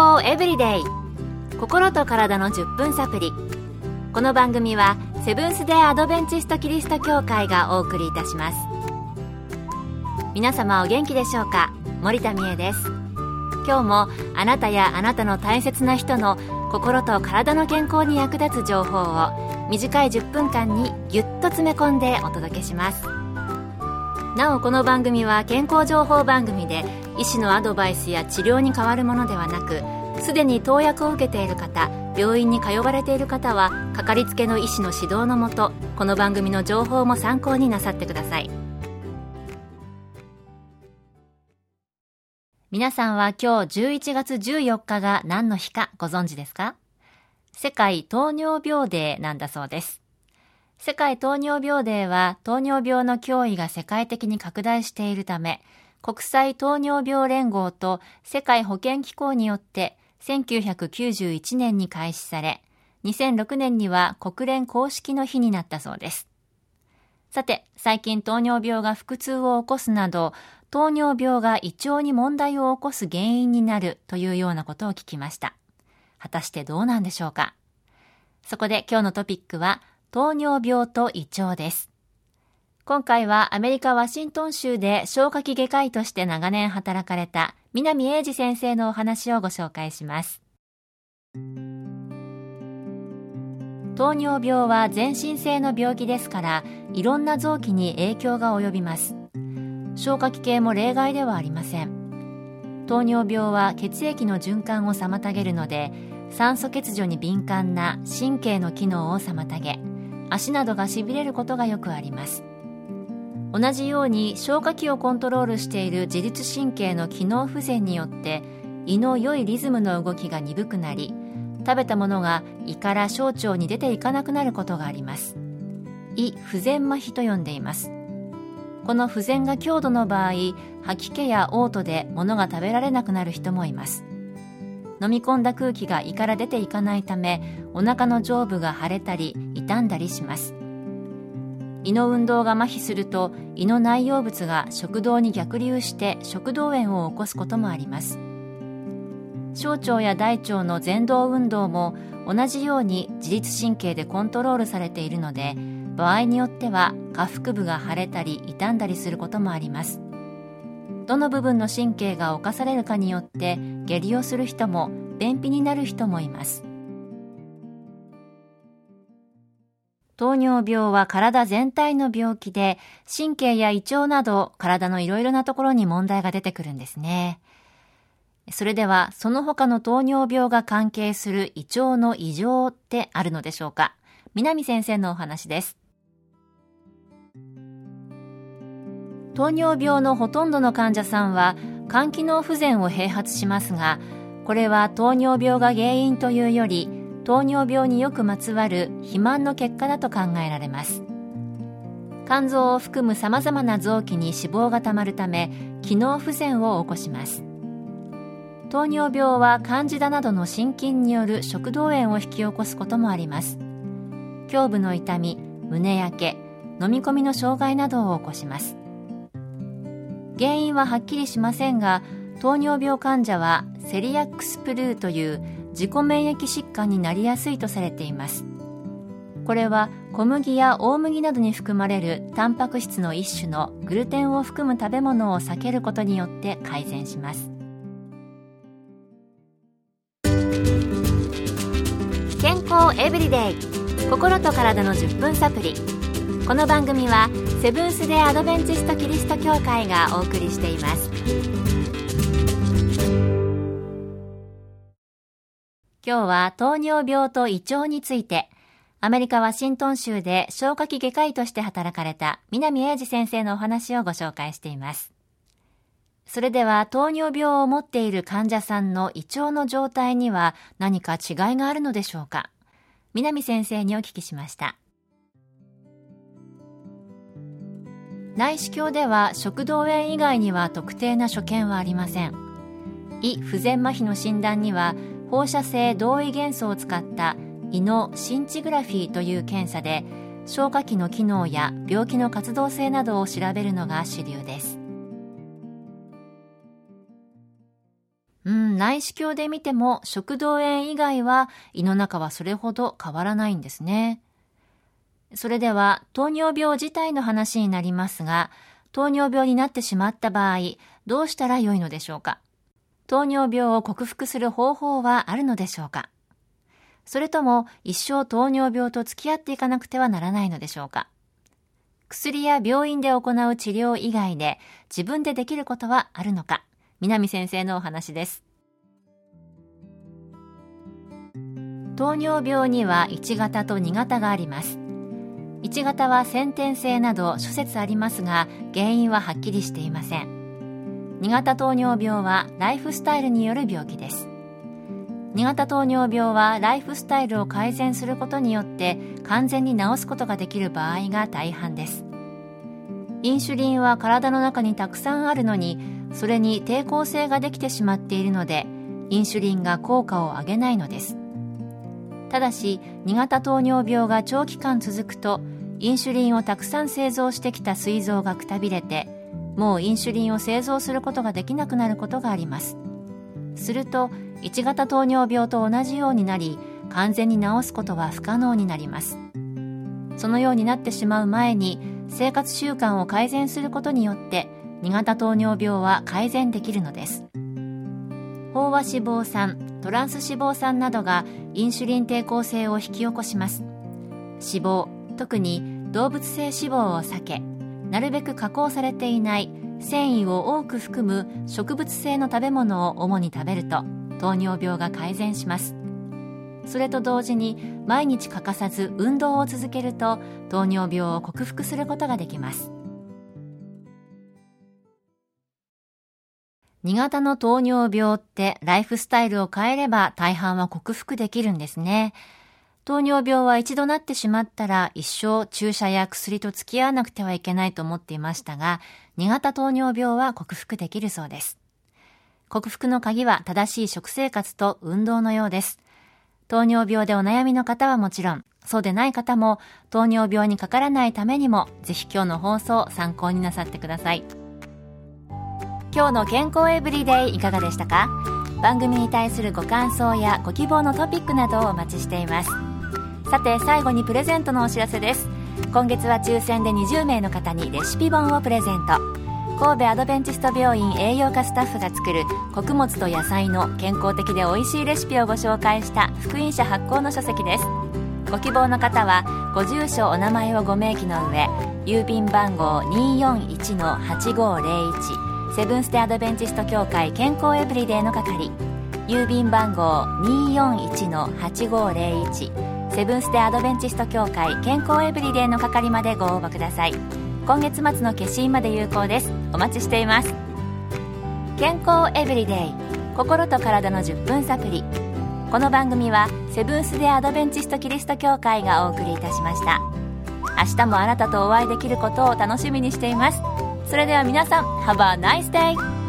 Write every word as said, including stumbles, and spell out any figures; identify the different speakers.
Speaker 1: 康エブリデイ、心と体のじゅっぷんサプリ。この番組はセブンス・デー・アドベンチスト・キリスト教会がお送りいたします。皆様お元気でしょうか。森田美恵です。今日もあなたやあなたの大切な人の心と体の健康に役立つ情報を短いじゅっぷんかんにぎゅっと詰め込んでお届けします。なおこの番組は健康情報番組で医師のアドバイスや治療に代わるものではなく、すでに投薬を受けている方、病院に通われている方はかかりつけの医師の指導のもと、この番組の情報も参考になさってください。皆さんは今日じゅういちがつじゅうよっかが何の日かご存知ですか？世界糖尿病デーなんだそうです。世界糖尿病デーは糖尿病の脅威が世界的に拡大しているため、国際糖尿病連合と世界保健機構によってせんきゅうひゃくきゅうじゅういちねんに開始され、にせんろくねんには国連公式の日になったそうです。さて、最近糖尿病が腹痛を起こすなど、糖尿病が胃腸に問題を起こす原因になるというようなことを聞きました。果たしてどうなんでしょうか。そこで今日のトピックは糖尿病と胃腸です。今回はアメリカ・ワシントン州で消化器外科医として長年働かれた南英二先生のお話をご紹介します。糖尿病は全身性の病気ですから、いろんな臓器に影響が及びます。消化器系も例外ではありません。糖尿病は血液の循環を妨げるので、酸素欠如に敏感な神経の機能を妨げ、足などがしびれることがよくあります。同じように消化器をコントロールしている自律神経の機能不全によって胃の良いリズムの動きが鈍くなり、食べたものが胃から小腸に出ていかなくなることがあります。胃不全麻痺と呼んでいます。この不全が強度の場合、吐き気や嘔吐で物が食べられなくなる人もいます。飲み込んだ空気が胃から出ていかないため、お腹の上部が腫れたり傷んだりします。胃の運動が麻痺すると、胃の内容物が食道に逆流して食道炎を起こすこともあります。小腸や大腸の蠕動運動も同じように自律神経でコントロールされているので、場合によっては下腹部が腫れたり傷んだりすることもあります。どの部分の神経が侵されるかによって下痢をする人も便秘になる人もいます。糖尿病は体全体の病気で、神経や胃腸など体のいろいろなところに問題が出てくるんですね。それではその他の糖尿病が関係する胃腸の異常ってあるのでしょうか。南先生のお話です。糖尿病のほとんどの患者さんは肝機能不全を併発しますが、これは糖尿病が原因というより、糖尿病によくまつわる肥満の結果だと考えられます。肝臓を含むさまざまな臓器に脂肪がたまるため、機能不全を起こします。糖尿病はカンジダなどの心筋による食道炎を引き起こすこともあります。胸部の痛み、胸焼け、飲み込みの障害などを起こします。原因ははっきりしませんが、糖尿病患者はセリアックスプルーという自己免疫疾患になりやすいとされています。これは小麦や大麦などに含まれるタンパク質の一種のグルテンを含む食べ物を避けることによって改善します。健康エブリデイ、心と体のじゅっぷんサプリ。この番組はセブンス・デー・アドベンチスト・キリスト教会がお送りしています。今日は糖尿病と胃腸について、アメリカ・ワシントン州で消化器外科医として働かれた南英二先生のお話をご紹介しています。それでは糖尿病を持っている患者さんの胃腸の状態には何か違いがあるのでしょうか。南先生にお聞きしました。内視鏡では食道炎以外には特定な所見はありません。胃不全麻痺の診断には放射性同位元素を使った胃のシンチグラフィーという検査で消化器の機能や病気の活動性などを調べるのが主流です。 うん、内視鏡で見ても食道炎以外は胃の中はそれほど変わらないんですね。それでは糖尿病自体の話になりますが、糖尿病になってしまった場合、どうしたらよいのでしょうか。糖尿病を克服する方法はあるのでしょうか。それとも一生糖尿病と付き合っていかなくてはならないのでしょうか。薬や病院で行う治療以外で自分でできることはあるのか。南先生のお話です。糖尿病にはいち型とに型があります。いち型は先天性など諸説ありますが、原因ははっきりしていません。に型糖尿病はライフスタイルによる病気です。に型糖尿病はライフスタイルを改善することによって完全に治すことができる場合が大半です。インシュリンは体の中にたくさんあるのに、それに抵抗性ができてしまっているので、インシュリンが効果を上げないのです。ただし、に型糖尿病が長期間続くと、インシュリンをたくさん製造してきた膵臓がくたびれて、もうインシュリンを製造することができなくなることがあります。すると、いち型糖尿病と同じようになり、完全に治すことは不可能になります。そのようになってしまう前に、生活習慣を改善することによって、に型糖尿病は改善できるのです。飽和脂肪酸、トランス脂肪酸などがインシュリン抵抗性を引き起こします。脂肪、特に動物性脂肪を避け、なるべく加工されていない繊維を多く含む植物性の食べ物を主に食べると糖尿病が改善します。それと同時に毎日欠かさず運動を続けると糖尿病を克服することができます。に型の糖尿病ってライフスタイルを変えれば大半は克服できるんですね。糖尿病は一度なってしまったら一生注射や薬と付き合わなくてはいけないと思っていましたが、に型糖尿病は克服できるそうです。克服の鍵は正しい食生活と運動のようです。糖尿病でお悩みの方はもちろん、そうでない方も糖尿病にかからないためにも、ぜひ今日の放送を参考になさってください。今日の健康エブリデイいかがでしたか？番組に対するご感想やご希望のトピックなどをお待ちしています。さて最後にプレゼントのお知らせです。今月は抽選でにじゅう名の方にレシピ本をプレゼント。神戸アドベンチスト病院栄養科スタッフが作る穀物と野菜の健康的で美味しいレシピをご紹介した福音社発行の書籍です。ご希望の方はご住所お名前をご明記の上、郵便番号 にーよんいちのはちごーぜろいちセブンステアドベンチスト協会健康エブリデイの係、郵便番号 にーよんいちのはちごーぜろいちセブンステアドベンチスト協会健康エブリデイの係までご応募ください。今月末の消印まで有効です。お待ちしています。健康エブリデイ、心と体のじゅっぷんサプリ。この番組はセブンス・デ・アドベンチスト・キリスト教会がお送りいたしました。明日もあなたとお会いできることを楽しみにしています。それでは皆さん、Have a nice day!